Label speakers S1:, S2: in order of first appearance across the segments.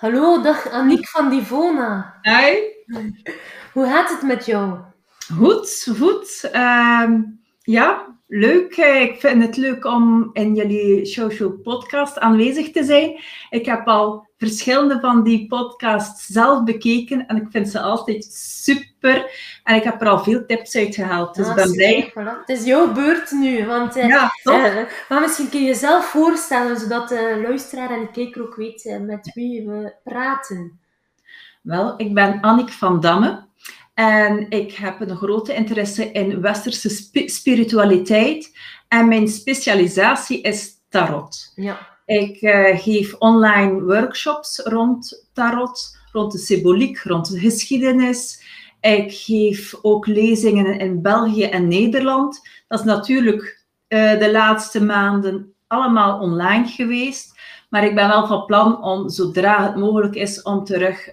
S1: Hallo, dag Aniek van Divona.
S2: Hi.
S1: Hoe gaat het met jou?
S2: Goed. Ja, leuk. Ik vind het leuk om in jullie social podcast aanwezig te zijn. Ik heb al verschillende van die podcasts zelf bekeken en ik vind ze altijd super. En ik heb er al veel tips uit gehaald, dus ik ben blij.
S1: Voilà. Het is jouw beurt nu, want
S2: Ja, toch?
S1: maar misschien kun je jezelf voorstellen, zodat de luisteraar en de kijker ook weet met wie we praten.
S2: Wel, ik ben Aniek van Damme. En ik heb een grote interesse in westerse spiritualiteit. En mijn specialisatie is tarot.
S1: Ja.
S2: Ik geef online workshops rond tarot, rond de symboliek, rond de geschiedenis. Ik geef ook lezingen in België en Nederland. Dat is natuurlijk de laatste maanden allemaal online geweest. Maar ik ben wel van plan om, zodra het mogelijk is, om terug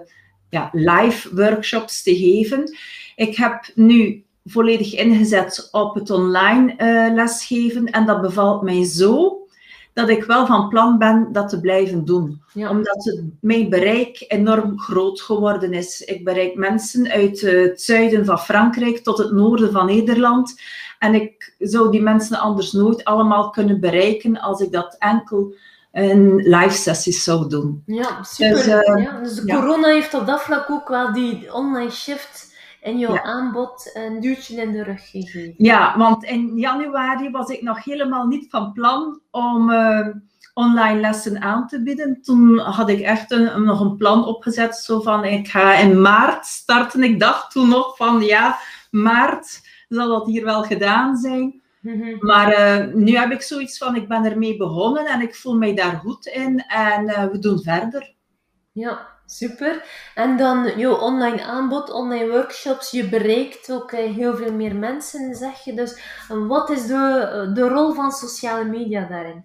S2: live workshops te geven. Ik heb nu volledig ingezet op het online lesgeven en dat bevalt mij zo dat ik wel van plan ben dat te blijven doen. Ja. Omdat mijn bereik enorm groot geworden is. Ik bereik mensen uit het zuiden van Frankrijk tot het noorden van Nederland. En ik zou die mensen anders nooit allemaal kunnen bereiken als ik dat enkel in live sessies zou doen.
S1: Ja, super. Dus de corona heeft op dat vlak ook wel die online shift in jouw aanbod een duwtje in de rug gegeven.
S2: Ja, want in januari was ik nog helemaal niet van plan om online lessen aan te bieden. Toen had ik echt nog een plan opgezet, zo van ik ga in maart starten. Ik dacht toen nog van maart zal dat hier wel gedaan zijn. Mm-hmm. Maar nu heb ik zoiets van, ik ben ermee begonnen en ik voel mij daar goed in en we doen verder.
S1: Ja, super. En dan jouw online aanbod, online workshops, je bereikt ook heel veel meer mensen, zeg je. Dus wat is de rol van sociale media daarin?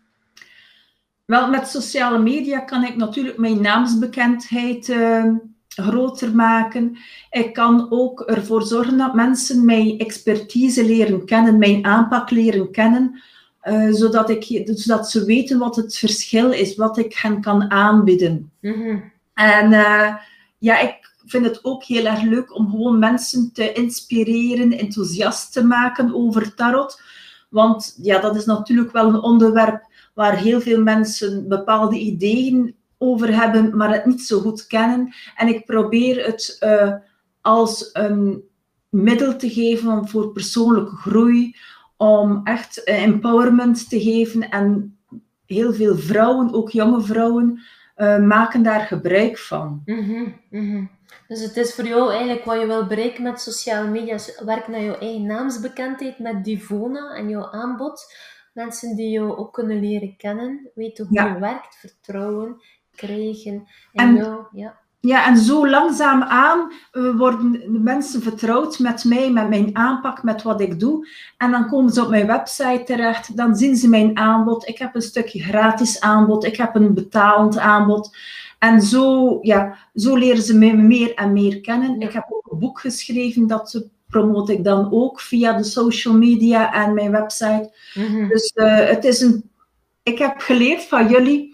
S2: Wel, met sociale media kan ik natuurlijk mijn naamsbekendheid groter maken. Ik kan ook ervoor zorgen dat mensen mijn expertise leren kennen, mijn aanpak leren kennen, zodat ze weten wat het verschil is, wat ik hen kan aanbieden. Mm-hmm. En ik vind het ook heel erg leuk om gewoon mensen te inspireren, enthousiast te maken over tarot. Want dat is natuurlijk wel een onderwerp waar heel veel mensen bepaalde ideeën over hebben, maar het niet zo goed kennen. En ik probeer het als een middel te geven voor persoonlijke groei, om echt empowerment te geven. En heel veel vrouwen, ook jonge vrouwen, maken daar gebruik van.
S1: Mm-hmm, mm-hmm. Dus het is voor jou eigenlijk wat je wil bereiken met sociale media, werk naar jouw eigen naamsbekendheid met Divona en jouw aanbod. Mensen die jou ook kunnen leren kennen, weten hoe je werkt, vertrouwen krijgen in jou.
S2: Ja, en zo langzaamaan worden de mensen vertrouwd met mij, met mijn aanpak, met wat ik doe. En dan komen ze op mijn website terecht, dan zien ze mijn aanbod. Ik heb een stukje gratis aanbod, ik heb een betalend aanbod. En zo leren ze mij meer en meer kennen. Ja. Ik heb ook een boek geschreven, dat promote ik dan ook via de social media en mijn website. Mm-hmm. Dus ik heb geleerd van jullie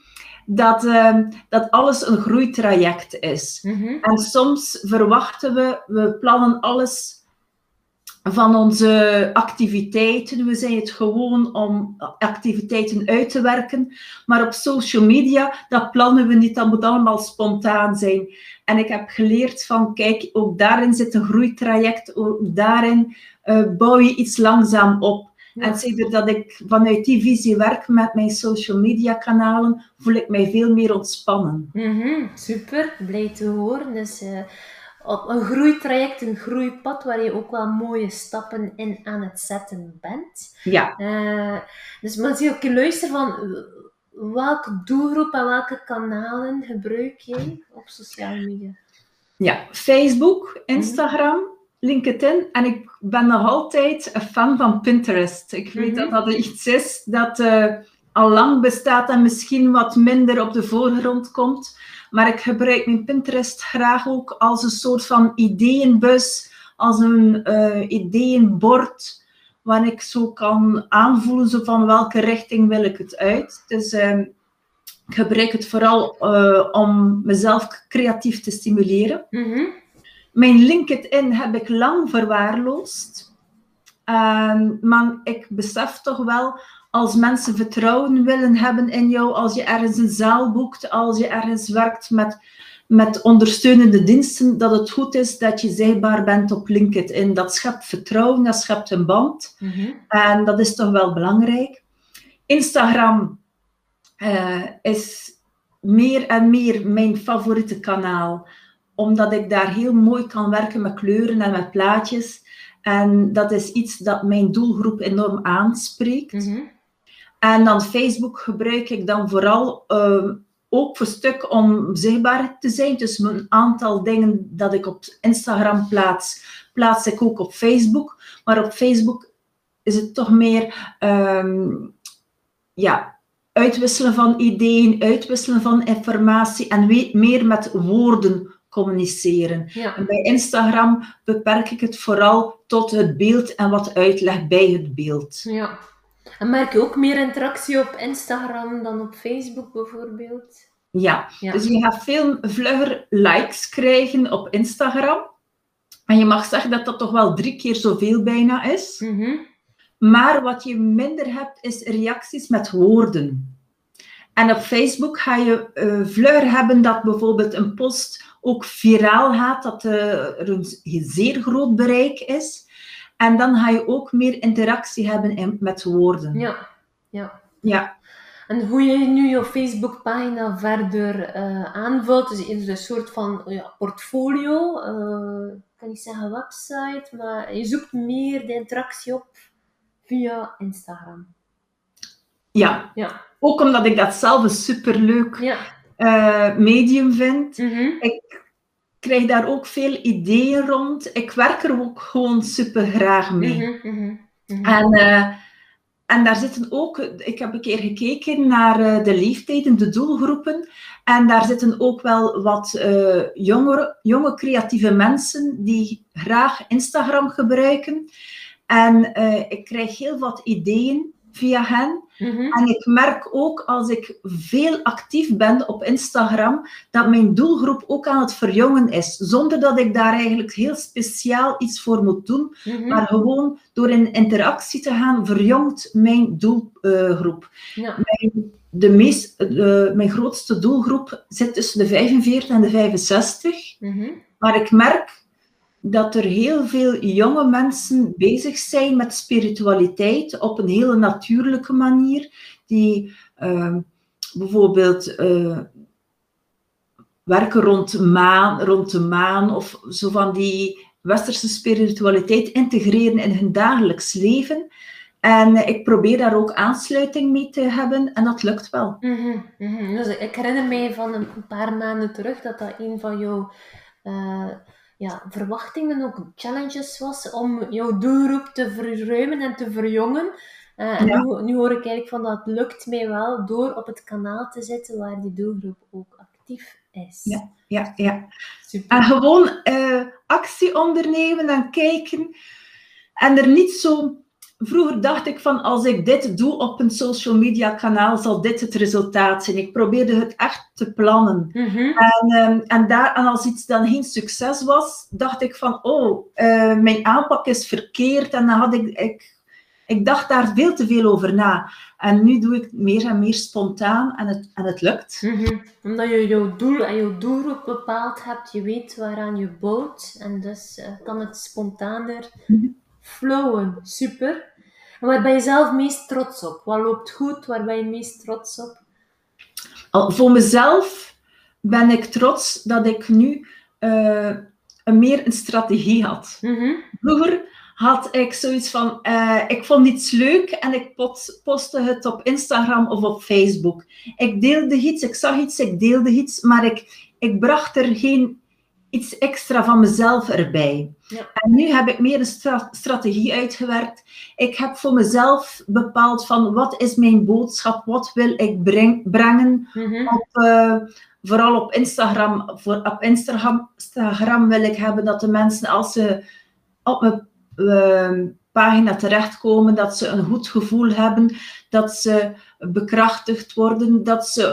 S2: dat alles een groeitraject is. Mm-hmm. En soms verwachten we plannen alles van onze activiteiten. We zijn het gewoon om activiteiten uit te werken. Maar op social media, dat plannen we niet. Dat moet allemaal spontaan zijn. En ik heb geleerd van, kijk, ook daarin zit een groeitraject. Ook daarin bouw je iets langzaam op. Ja. En zeker dat ik vanuit die visie werk met mijn social media kanalen, voel ik mij veel meer ontspannen.
S1: Mm-hmm, super, blij te horen. Dus op een groeitraject, een groeipad, waar je ook wel mooie stappen in aan het zetten bent.
S2: Ja.
S1: Dus maar je ook luisteren van welke doelgroep en welke kanalen gebruik jij op sociale media?
S2: Ja, Facebook, Instagram, LinkedIn en ik ben nog altijd een fan van Pinterest. Ik weet dat dat iets is dat al lang bestaat en misschien wat minder op de voorgrond komt. Maar ik gebruik mijn Pinterest graag ook als een soort van ideeënbus, als een ideeënbord, waar ik zo kan aanvoelen zo van welke richting wil ik het uit. Dus Ik gebruik het vooral om mezelf creatief te stimuleren. Mijn LinkedIn heb ik lang verwaarloosd. Maar ik besef toch wel, als mensen vertrouwen willen hebben in jou, als je ergens een zaal boekt, als je ergens werkt met ondersteunende diensten, dat het goed is dat je zichtbaar bent op LinkedIn. Dat schept vertrouwen, dat schept een band. En dat is toch wel belangrijk. Instagram is meer en meer mijn favoriete kanaal, omdat ik daar heel mooi kan werken met kleuren en met plaatjes. En dat is iets dat mijn doelgroep enorm aanspreekt. En dan Facebook gebruik ik dan vooral ook voor stuk om zichtbaar te zijn. Dus een aantal dingen dat ik op Instagram plaats ik ook op Facebook. Maar op Facebook is het toch meer uitwisselen van ideeën, uitwisselen van informatie en meer met woorden communiceren.
S1: Ja.
S2: En bij Instagram beperk ik het vooral tot het beeld en wat uitleg bij het beeld.
S1: Ja. En merk je ook meer interactie op Instagram dan op Facebook bijvoorbeeld?
S2: Ja. Dus je gaat veel vlugger likes krijgen op Instagram. En je mag zeggen dat dat toch wel 3 keer zoveel bijna is. Maar wat je minder hebt, is reacties met woorden. En op Facebook ga je vlugger hebben dat bijvoorbeeld een post ook viraal gaat, dat er een zeer groot bereik is. En dan ga je ook meer interactie hebben met woorden.
S1: Ja. En hoe je nu je Facebookpagina verder aanvult, dus in een soort van portfolio, ik kan niet zeggen website, maar je zoekt meer de interactie op via Instagram.
S2: Ja. Ook omdat ik dat zelf een superleuk medium vind. Ik krijg daar ook veel ideeën rond. Ik werk er ook gewoon super graag mee. En daar zitten ook, ik heb een keer gekeken naar de leeftijden, de doelgroepen. En daar zitten ook wel wat jonge creatieve mensen die graag Instagram gebruiken. En ik krijg heel wat ideeën via hen. En ik merk ook als ik veel actief ben op Instagram, dat mijn doelgroep ook aan het verjongen is. Zonder dat ik daar eigenlijk heel speciaal iets voor moet doen. Maar gewoon door in interactie te gaan, verjongt mijn doelgroep. Mijn grootste doelgroep zit tussen de 45 en de 65. Maar ik merk dat er heel veel jonge mensen bezig zijn met spiritualiteit op een hele natuurlijke manier. Die bijvoorbeeld werken rond de maan of zo van die westerse spiritualiteit integreren in hun dagelijks leven. En ik probeer daar ook aansluiting mee te hebben en dat lukt wel.
S1: Dus ik herinner mij van een paar maanden terug dat een van jouw verwachtingen, ook challenges was om jouw doelgroep te verruimen en te verjongen. Nu hoor ik eigenlijk van dat lukt mij wel door op het kanaal te zitten waar die doelgroep ook actief is.
S2: Ja.
S1: Super.
S2: En gewoon actie ondernemen en kijken en er niet zo... Vroeger dacht ik van, als ik dit doe op een social media kanaal, zal dit het resultaat zijn. Ik probeerde het echt te plannen. En als iets dan geen succes was, dacht ik van, mijn aanpak is verkeerd. En dan had ik dacht daar veel te veel over na. En nu doe ik meer en meer spontaan en het lukt.
S1: Omdat je jouw doel en jouw doelgroep bepaald hebt, je weet waaraan je bouwt. En dus kan het spontaner flowen. Super. En waar ben je zelf meest trots op? Wat loopt goed? Waar ben je meest trots op?
S2: Voor mezelf ben ik trots dat ik nu meer een strategie had. Vroeger had ik zoiets van, ik vond iets leuk en ik postte het op Instagram of op Facebook. Ik deelde iets, ik zag iets, ik deelde iets, maar ik bracht er geen iets extra van mezelf erbij. En nu heb ik meer een strategie uitgewerkt. Ik heb voor mezelf bepaald van, wat is mijn boodschap, wat wil ik brengen. Vooral op Instagram. Op Instagram wil ik hebben dat de mensen, als ze op mijn pagina terechtkomen, dat ze een goed gevoel hebben, dat ze bekrachtigd worden, dat ze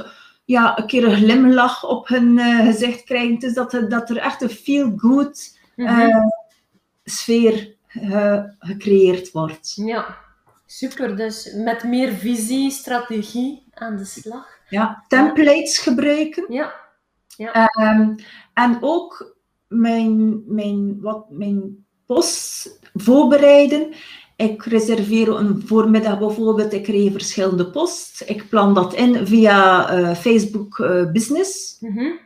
S2: ja, een keer een glimlach op hun gezicht krijgen. Dus dat er echt een feel-good sfeer gecreëerd wordt.
S1: Ja, super. Dus met meer visie, strategie aan de slag.
S2: Ja, templates gebruiken.
S1: Ja.
S2: En ook mijn posts voorbereiden. Ik reserveer een voormiddag bijvoorbeeld, ik kreeg verschillende posts. Ik plan dat in via Facebook Business.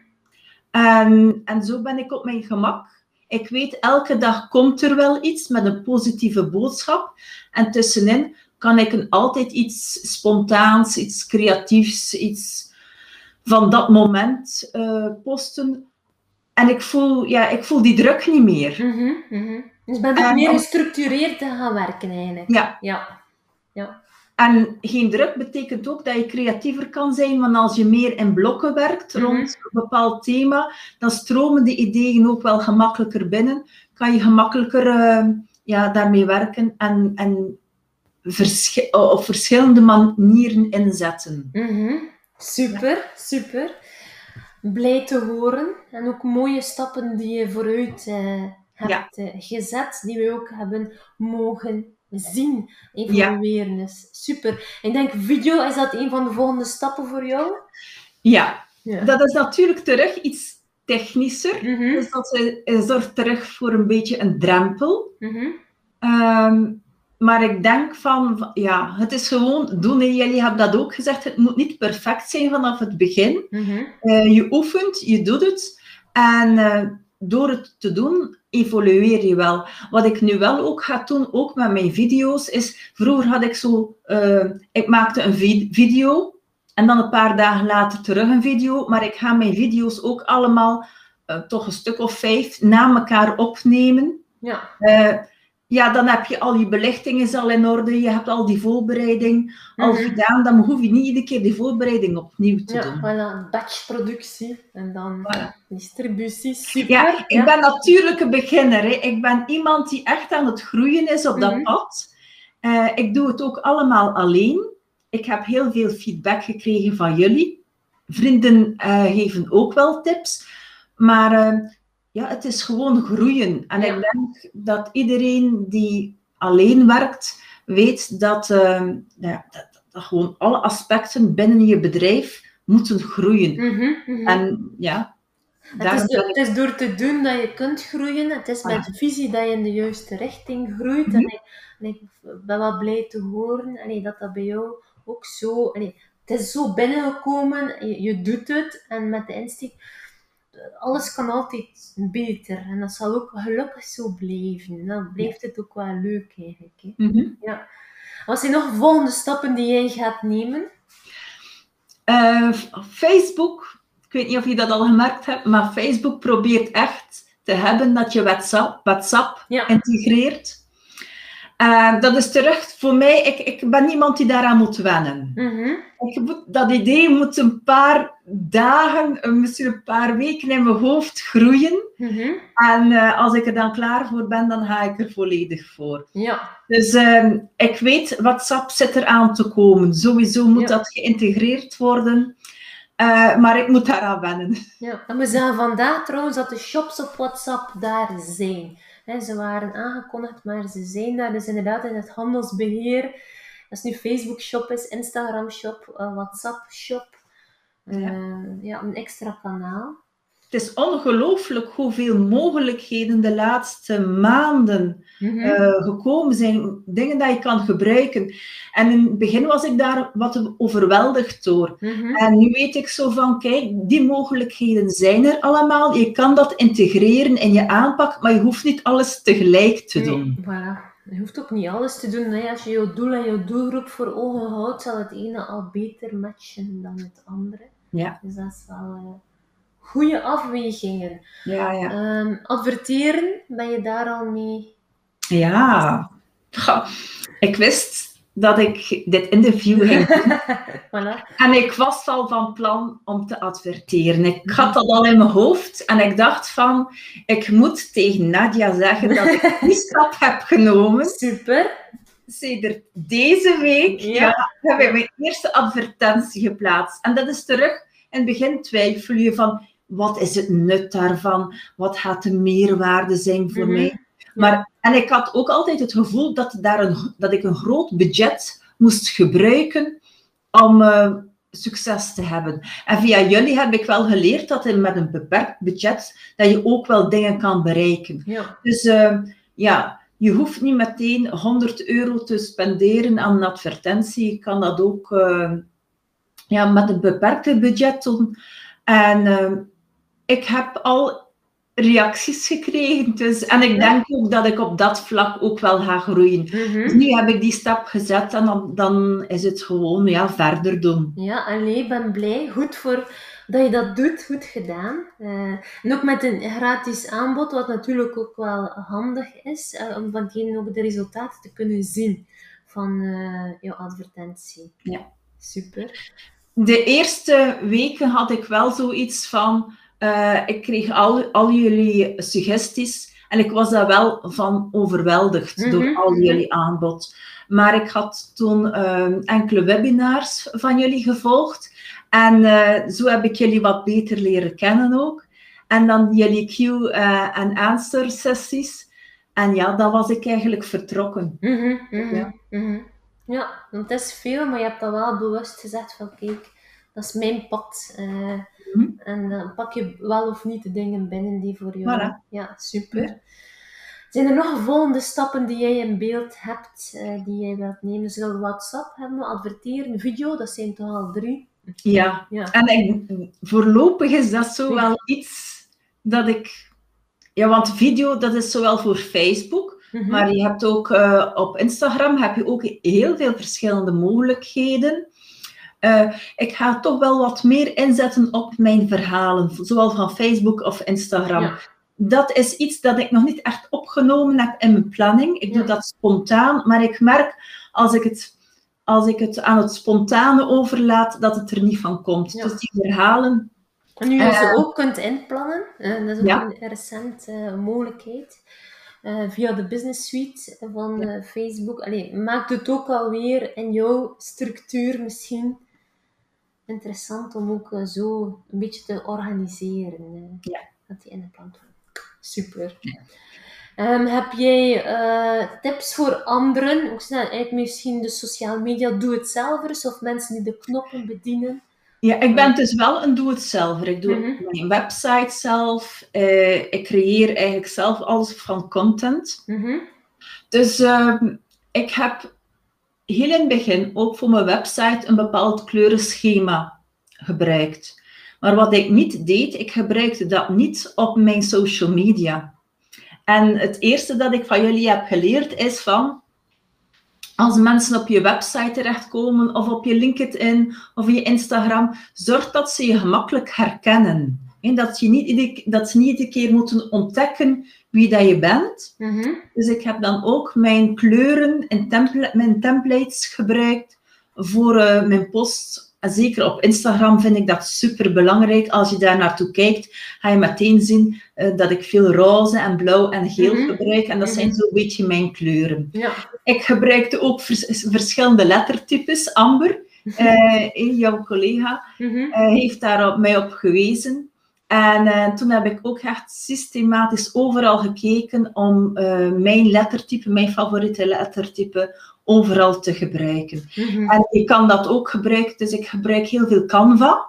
S2: En zo ben ik op mijn gemak. Ik weet, elke dag komt er wel iets met een positieve boodschap. En tussenin kan ik altijd iets spontaans, iets creatiefs, iets van dat moment posten. En ik voel die druk niet meer.
S1: Dus ben je meer gestructureerd te gaan werken eigenlijk.
S2: Ja. En geen druk betekent ook dat je creatiever kan zijn, want als je meer in blokken werkt rond een bepaald thema, dan stromen de ideeën ook wel gemakkelijker binnen. Kan je gemakkelijker daarmee werken en op verschillende manieren inzetten.
S1: Super, super. Blij te horen. En ook mooie stappen die je vooruit hebt gezet, die we ook hebben mogen zien, evalueren. Dus super. Ik denk, video, is dat een van de volgende stappen voor jou?
S2: Ja. Dat is natuurlijk terug iets technischer. Dus dat zorgt terug voor een beetje een drempel. Maar ik denk van, het is gewoon doen. Jullie hebben dat ook gezegd, het moet niet perfect zijn vanaf het begin. Je oefent, je doet het. En door het te doen, evolueer je wel. Wat ik nu wel ook ga doen, ook met mijn video's, is... Vroeger had ik ik maakte een video en dan een paar dagen later terug een video. Maar ik ga mijn video's ook allemaal, toch een stuk of 5, na elkaar opnemen. Dan heb je al je belichting is al in orde, je hebt al die voorbereiding al gedaan, dan hoef je niet iedere keer die voorbereiding opnieuw te doen.
S1: Voilà, batchproductie en dan distributie, super.
S2: Ja, ik ben natuurlijk een beginner. Hè. Ik ben iemand die echt aan het groeien is op dat pad. Ik doe het ook allemaal alleen. Ik heb heel veel feedback gekregen van jullie. Vrienden geven ook wel tips, maar... het is gewoon groeien. En ik denk dat iedereen die alleen werkt, weet dat gewoon alle aspecten binnen je bedrijf moeten groeien. En
S1: het is door te doen dat je kunt groeien. Het is met visie dat je in de juiste richting groeit. En ik ben wel blij te horen dat bij jou ook zo... het is zo binnengekomen, je doet het en met de insteek... Alles kan altijd beter en dat zal ook gelukkig zo blijven. Dan blijft het ook wel leuk eigenlijk. Hè? Wat zijn nog volgende stappen die jij gaat nemen?
S2: Facebook, ik weet niet of je dat al gemerkt hebt, maar Facebook probeert echt te hebben dat je WhatsApp integreert. Dat is terug voor mij, ik ben iemand die daaraan moet wennen. Dat idee moet een paar dagen, misschien een paar weken in mijn hoofd groeien. En als ik er dan klaar voor ben, dan ga ik er volledig voor. Dus ik weet, WhatsApp zit eraan te komen. Sowieso moet dat geïntegreerd worden. Maar ik moet daaraan wennen.
S1: En we zagen vandaag trouwens dat de shops op WhatsApp daar zijn. Ze waren aangekondigd, maar ze zijn daar. Dus inderdaad in het handelsbeheer. Als nu Facebook shop is, Instagram shop, WhatsApp shop. Een extra kanaal.
S2: Het is ongelooflijk hoeveel mogelijkheden de laatste maanden gekomen zijn. Dingen dat je kan gebruiken. En in het begin was ik daar wat overweldigd door. En nu weet ik zo van, kijk, die mogelijkheden zijn er allemaal. Je kan dat integreren in je aanpak, maar je hoeft niet alles tegelijk te doen.
S1: Voilà. Je hoeft ook niet alles te doen. Als je jouw doel en jouw doelgroep voor ogen houdt, zal het ene al beter matchen dan het andere. Dus dat is wel... goede afwegingen. Adverteren, ben je daar al mee?
S2: Ja. Ik wist dat ik dit interview ging doen. En ik was al van plan om te adverteren. Ik had dat al in mijn hoofd en ik dacht van, ik moet tegen Nadia zeggen dat ik die stap heb genomen.
S1: Super.
S2: Sedert deze week heb ik mijn eerste advertentie geplaatst. En dat is terug In het begin twijfel je van, wat is het nut daarvan? Wat gaat de meerwaarde zijn voor mij? En ik had ook altijd het gevoel dat ik een groot budget moest gebruiken om succes te hebben. En via jullie heb ik wel geleerd dat met een beperkt budget dat je ook wel dingen kan bereiken.
S1: Ja.
S2: Dus je hoeft niet meteen €100 te spenderen aan een advertentie. Je kan dat ook met een beperkte budget doen. En ik heb al reacties gekregen. Dus, en ik denk ook dat ik op dat vlak ook wel ga groeien. Dus nu heb ik die stap gezet en dan is het gewoon verder doen.
S1: Ja, ik ben blij. Goed dat je dat doet. Goed gedaan. En ook met een gratis aanbod, wat natuurlijk ook wel handig is, om van die ook de resultaten te kunnen zien van jouw advertentie.
S2: Ja.
S1: Super.
S2: De eerste weken had ik wel zoiets van... ik kreeg al jullie suggesties en ik was daar wel van overweldigd door al jullie aanbod. Maar ik had toen enkele webinars van jullie gevolgd en zo heb ik jullie wat beter leren kennen ook. En dan jullie Q&A sessies. En ja, dan was ik eigenlijk vertrokken.
S1: Ja, want het is veel, maar je hebt dat wel bewust gezegd van kijk, dat is mijn pad. En dan pak je wel of niet de dingen binnen die voor jou...
S2: Voilà.
S1: Ja, super. Ja. Zijn er nog volgende stappen die jij in beeld hebt, die jij wilt nemen? Dus WhatsApp hebben we, adverteren, video, dat zijn toch al 3?
S2: Ja. En voorlopig is dat zo wel iets dat ik... Ja, want video, dat is zowel voor Facebook, maar je hebt ook op Instagram heb je ook heel veel verschillende mogelijkheden. Ik ga toch wel wat meer inzetten op mijn verhalen, zowel van Facebook of Instagram. Ja. Dat is iets dat ik nog niet echt opgenomen heb in mijn planning. Ik doe dat spontaan, maar ik merk als ik het aan het spontane overlaat, dat het er niet van komt. Ja. Dus die verhalen...
S1: En nu je ze ook kunt inplannen, dat is ook een recente mogelijkheid. Via de Business Suite van Facebook. Maakt het ook alweer in jouw structuur misschien interessant om ook zo een beetje te organiseren. Dat die ingepland wordt. Super. Heb jij tips voor anderen? Ook misschien de sociale media doe-het-zelvers of mensen die de knoppen bedienen?
S2: Ja, ik ben dus wel een doe-het-zelver. Ik doe mijn website zelf. Ik creëer eigenlijk zelf alles van content. Dus ik heb heel in het begin ook voor mijn website een bepaald kleurenschema gebruikt. Maar wat ik niet deed, ik gebruikte dat niet op mijn social media. En het eerste dat ik van jullie heb geleerd is van... Als mensen op je website terechtkomen, of op je LinkedIn, of je Instagram, zorg dat ze je gemakkelijk herkennen. Dat ze niet iedere keer moeten ontdekken wie dat je bent. Dus ik heb dan ook mijn kleuren en mijn templates gebruikt voor mijn post. En zeker op Instagram vind ik dat super belangrijk. Als je daar naartoe kijkt, ga je meteen zien dat ik veel roze en blauw en geel gebruik. En dat zijn zo'n beetje mijn kleuren. Ja. Ik gebruikte ook verschillende lettertypes. Amber, jouw collega, heeft daar mij op gewezen. En toen heb ik ook echt systematisch overal gekeken om mijn lettertype, mijn favoriete lettertype, overal te gebruiken. En je kan dat ook gebruiken, dus ik gebruik heel veel Canva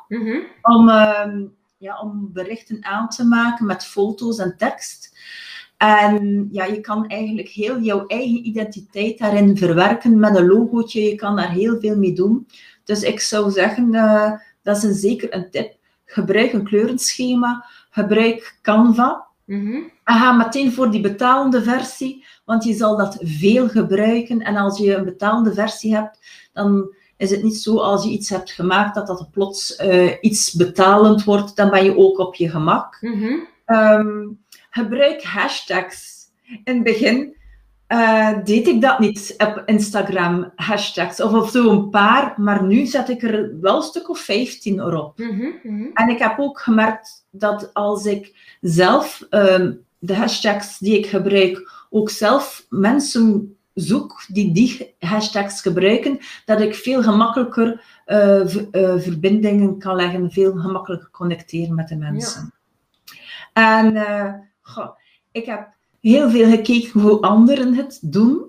S2: om berichten aan te maken met foto's en tekst. En ja, je kan eigenlijk heel jouw eigen identiteit daarin verwerken met een logootje. Je kan daar heel veel mee doen. Dus ik zou zeggen, dat is zeker een tip. Gebruik een kleurenschema, gebruik Canva. En ga meteen voor die betalende versie, want je zal dat veel gebruiken. En als je een betalende versie hebt, dan is het niet zo als je iets hebt gemaakt dat plots iets betalend wordt. Dan ben je ook op je gemak. Gebruik hashtags. In het begin deed ik dat niet op Instagram, hashtags, of zo een paar, maar nu zet ik er wel een stuk of 15 erop. En ik heb ook gemerkt dat als ik zelf de hashtags die ik gebruik, ook zelf mensen zoek, die hashtags gebruiken, dat ik veel gemakkelijker verbindingen kan leggen, veel gemakkelijker connecteren met de mensen. Ja. En ik heb heel veel gekeken hoe anderen het doen.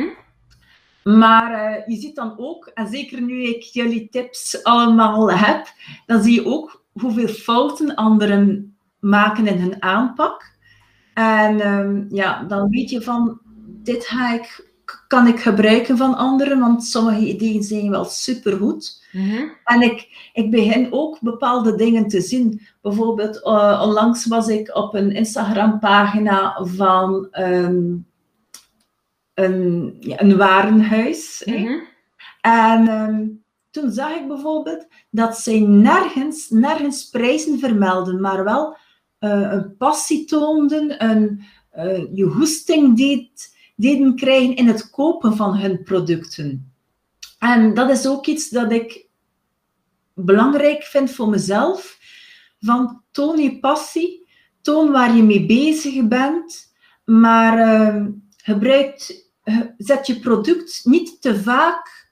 S2: Maar je ziet dan ook, en zeker nu ik jullie tips allemaal heb, dan zie je ook hoeveel fouten anderen maken in hun aanpak. En dan weet je van, dit kan ik gebruiken van anderen, want sommige ideeën zijn wel supergoed. En ik begin ook bepaalde dingen te zien. Bijvoorbeeld, onlangs was ik op een Instagram-pagina van een warenhuis. En toen zag ik bijvoorbeeld dat zij nergens prijzen vermelden, maar wel een passie toonden, je hoesting deden krijgen in het kopen van hun producten. En dat is ook iets dat ik belangrijk vind voor mezelf. Van toon je passie, toon waar je mee bezig bent, maar zet je product niet te vaak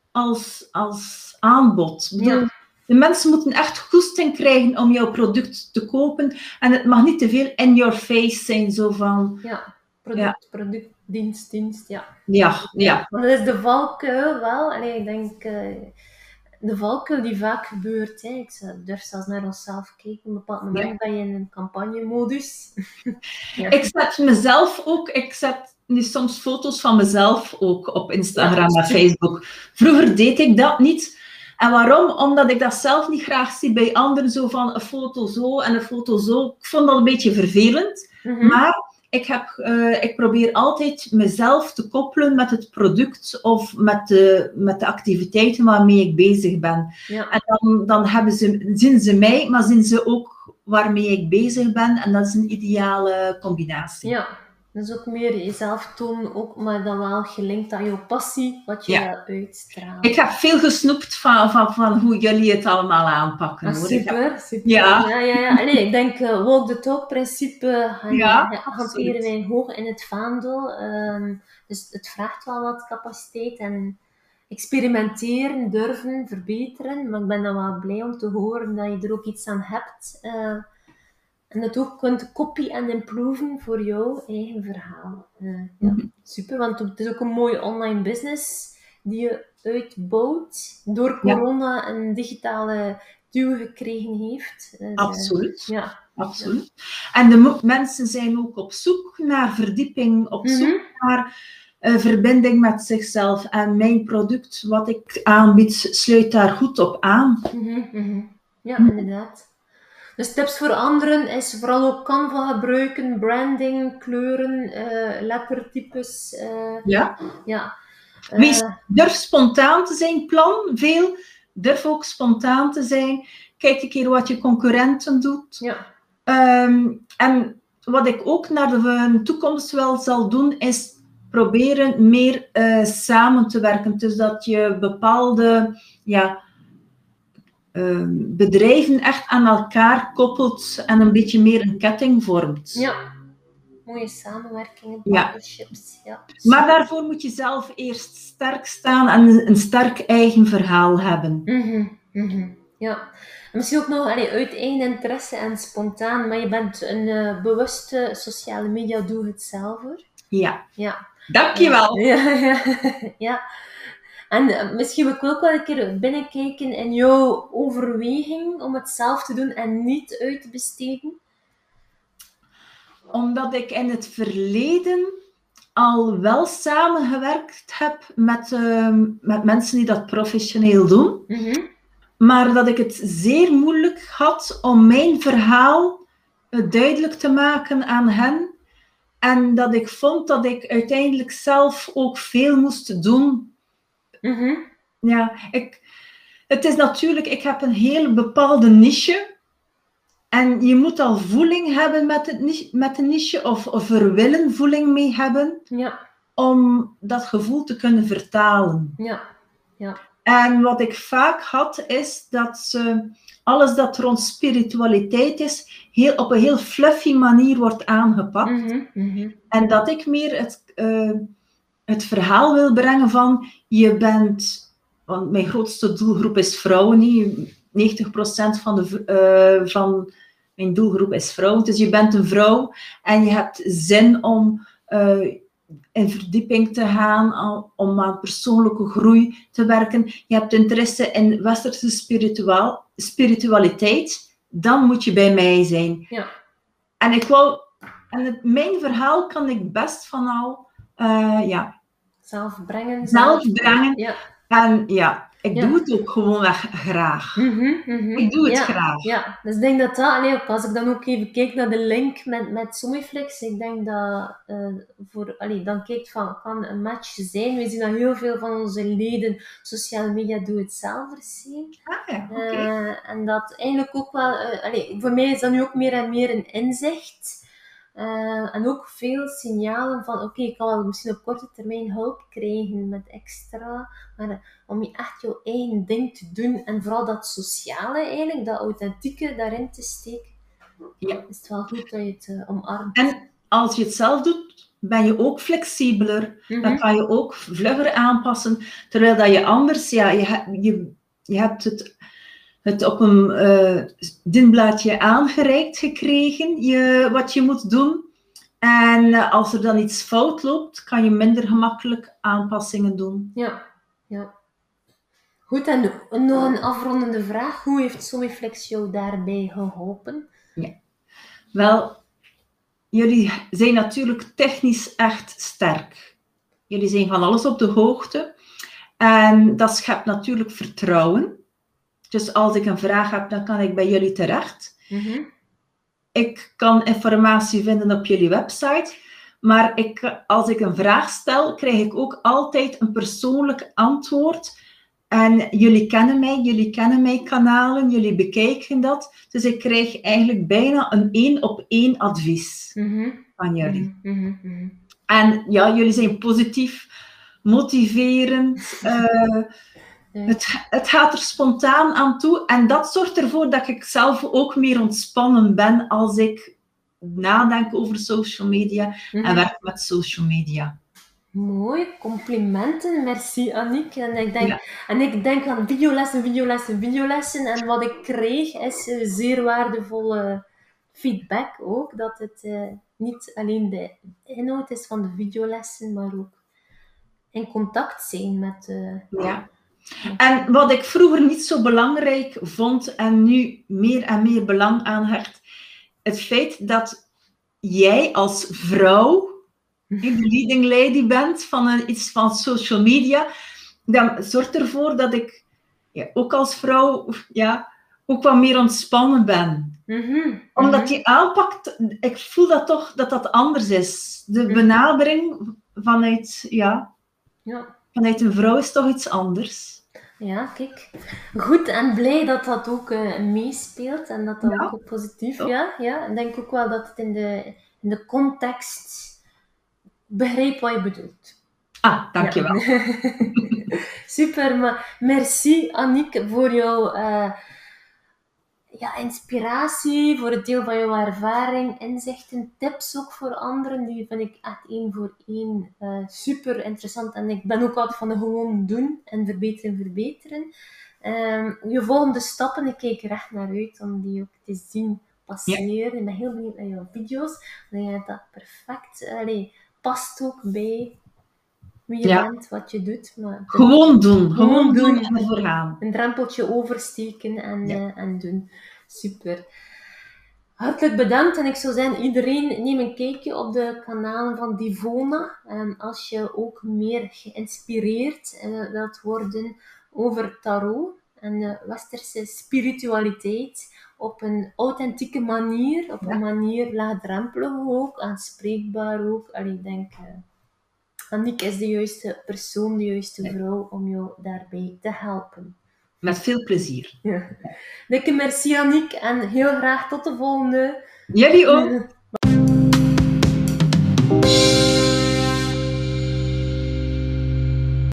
S2: als aanbod. Ja. De mensen moeten echt goesting krijgen om jouw product te kopen en het mag niet te veel in your face zijn, zo van...
S1: Ja, product, dienst, ja.
S2: Ja.
S1: Maar dat is de valkuil wel. Allee, ik denk, de valkuil die vaak gebeurt. Hè. Ik durf zelfs naar onszelf kijken. Op een bepaald moment ben je in een campagnemodus.
S2: Ik zet mezelf ook... Ik zet nu soms foto's van mezelf ook op Instagram en Facebook. Vroeger deed ik dat niet. En waarom? Omdat ik dat zelf niet graag zie bij anderen, zo van een foto zo en een foto zo. Ik vond dat een beetje vervelend. Maar ik probeer altijd mezelf te koppelen met het product of met de activiteiten waarmee ik bezig ben. Ja. En dan zien ze mij, maar zien ze ook waarmee ik bezig ben. En dat is een ideale combinatie.
S1: Ja. Dus ook meer jezelf tonen, ook, maar dan wel gelinkt aan jouw passie, wat je uitstraalt.
S2: Ik heb veel gesnoept van hoe jullie het allemaal aanpakken. Hoor.
S1: Super.
S2: Ja.
S1: Allee, ik denk, walk the talk principe hanteren wij hoog in het vaandel. Dus het vraagt wel wat capaciteit en experimenteren, durven, verbeteren. Maar ik ben dan wel blij om te horen dat je er ook iets aan hebt. En dat ook kunt copy en improven voor jouw eigen verhaal. Super, want het is ook een mooie online business die je uitbouwt. Door corona een digitale duw gekregen heeft. Dus,
S2: absoluut. Absoluut. En de mensen zijn ook op zoek naar verdieping, op zoek naar verbinding met zichzelf. En mijn product, wat ik aanbied, sluit daar goed op aan.
S1: Ja, inderdaad. Dus tips voor anderen is vooral ook Canva gebruiken, branding, kleuren, lettertypes.
S2: Durf spontaan te zijn, plan veel. Durf ook spontaan te zijn. Kijk een keer wat je concurrenten doet.
S1: Ja.
S2: En wat ik ook naar de toekomst wel zal doen, is proberen meer samen te werken. Dus dat je bepaalde... bedrijven echt aan elkaar koppelt en een beetje meer een ketting vormt.
S1: Ja, mooie samenwerkingen, partnerships. Ja.
S2: Maar daarvoor moet je zelf eerst sterk staan en een sterk eigen verhaal hebben.
S1: Ja, en misschien ook nog uit eigen interesse en spontaan, maar je bent een bewuste sociale media doe-het-zelver.
S2: Ja. Dankjewel.
S1: Ja. En misschien wil ik ook wel een keer binnenkijken in jouw overweging om het zelf te doen en niet uit te besteden.
S2: Omdat ik in het verleden al wel samengewerkt heb met mensen die dat professioneel doen. Maar dat ik het zeer moeilijk had om mijn verhaal duidelijk te maken aan hen. En dat ik vond dat ik uiteindelijk zelf ook veel moest doen. Ja, het is natuurlijk, ik heb een heel bepaalde niche. En je moet al voeling hebben met de niche, of er willen voeling mee hebben, om dat gevoel te kunnen vertalen.
S1: Ja.
S2: En wat ik vaak had, is dat alles dat rond spiritualiteit is, op een heel fluffy manier wordt aangepakt. En dat ik meer het verhaal wil brengen van je bent, want mijn grootste doelgroep is vrouwen, 90% van mijn doelgroep is vrouwen, dus je bent een vrouw en je hebt zin om in verdieping te gaan, om aan persoonlijke groei te werken, je hebt interesse in westerse spiritualiteit, dan moet je bij mij zijn.
S1: Ja.
S2: En mijn verhaal kan ik best van al
S1: zelf brengen.
S2: Ja. En ja, ik doe het ook gewoon graag. Ik doe het graag.
S1: Ja, dus ik denk dat als ik dan ook even kijk naar de link met Somiflix, ik denk dat dan kijkt van, kan een match zijn. We zien dat heel veel van onze leden sociale media doe-het-zelfers zien. En dat eigenlijk ook wel, voor mij is dat nu ook meer en meer een inzicht. En ook veel signalen van, ik kan wel misschien op korte termijn hulp krijgen met extra, maar om je echt jouw eigen ding te doen en vooral dat sociale eigenlijk, dat authentieke daarin te steken, is het wel goed dat je het omarmt.
S2: En als je het zelf doet, ben je ook flexibeler, dan kan je ook vlugger aanpassen, terwijl dat je anders, je hebt het op een dienblaadje aangereikt gekregen, wat je moet doen. En als er dan iets fout loopt, kan je minder gemakkelijk aanpassingen doen.
S1: Ja. Goed, en nog een afrondende vraag. Hoe heeft Somiflex jou daarbij geholpen?
S2: Ja. Wel, jullie zijn natuurlijk technisch echt sterk. Jullie zijn van alles op de hoogte. En dat schept natuurlijk vertrouwen. Dus als ik een vraag heb, dan kan ik bij jullie terecht. Ik kan informatie vinden op jullie website. Maar als ik een vraag stel, krijg ik ook altijd een persoonlijk antwoord. En jullie kennen mijn kanalen, jullie bekijken dat. Dus ik krijg eigenlijk bijna een 1-op-1 advies van jullie. En ja, jullie zijn positief, motiverend. Het gaat er spontaan aan toe. En dat zorgt ervoor dat ik zelf ook meer ontspannen ben als ik nadenk over social media en werk met social media.
S1: Mooi, complimenten. Merci Annick. En ik denk aan videolessen. En wat ik kreeg is zeer waardevolle feedback ook. Dat het niet alleen de inhoud is van de videolessen, maar ook in contact zijn met...
S2: En wat ik vroeger niet zo belangrijk vond en nu meer en meer belang aan hecht, het feit dat jij als vrouw de leading lady bent van iets van social media, dan zorgt ervoor dat ik ook als vrouw ook wat meer ontspannen ben. Omdat die aanpak, ik voel dat toch dat anders is. De benadering vanuit een vrouw is toch iets anders.
S1: Ja, kijk. Goed en blij dat dat ook meespeelt en dat ook positief is. Ja. Ik denk ook wel dat het in de context begrijp wat je bedoelt.
S2: Dankjewel.
S1: Super, maar merci Annick voor jouw inspiratie, voor het deel van jouw ervaring, inzichten, tips ook voor anderen. Die vind ik echt 1 voor 1 super interessant. En ik ben ook altijd van de gewoon doen en verbeteren. Je volgende stappen, ik kijk er echt naar uit om die ook te zien passeren. Ik ben heel benieuwd naar jouw video's. Ik denk dat perfect past ook bij wie je bent, wat je doet. Maar
S2: gewoon doen en ervoor gaan.
S1: Een drempeltje oversteken en doen. Super. Hartelijk bedankt en ik zou zeggen, iedereen neem een kijkje op de kanalen van Divona. Als je ook meer geïnspireerd wilt worden over tarot en westerse spiritualiteit op een authentieke manier, op een manier laagdrempelig ook, aanspreekbaar ook. Ik denk... Annick is de juiste persoon, de juiste vrouw om jou daarbij te helpen.
S2: Met veel plezier.
S1: Dikke merci Annick en heel graag tot de volgende.
S2: Jullie ook.